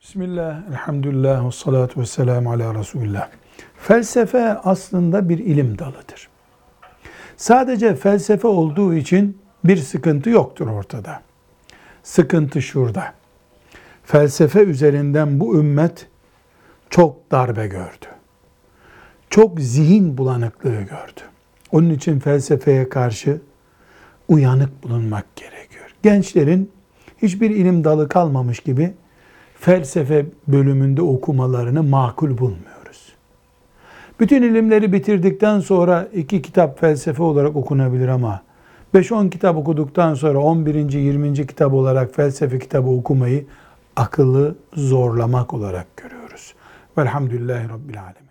Bismillah, elhamdülillah, ve salatu ve selamu ala Resulullah. Felsefe aslında bir ilim dalıdır. Sadece felsefe olduğu için bir sıkıntı yoktur ortada. Sıkıntı şurada. Felsefe üzerinden bu ümmet çok darbe gördü. Çok zihin bulanıklığı gördü. Onun için felsefeye karşı uyanık bulunmak gerekiyor. Gençlerin hiçbir ilim dalı kalmamış gibi felsefe bölümünde okumalarını makul bulmuyoruz. Bütün ilimleri bitirdikten sonra 2 kitap felsefe olarak okunabilir ama 5-10 kitap okuduktan sonra 11. 20. kitap olarak felsefe kitabı okumayı akıllı zorlamak olarak görüyoruz. Velhamdülillahi Rabbil Alemin.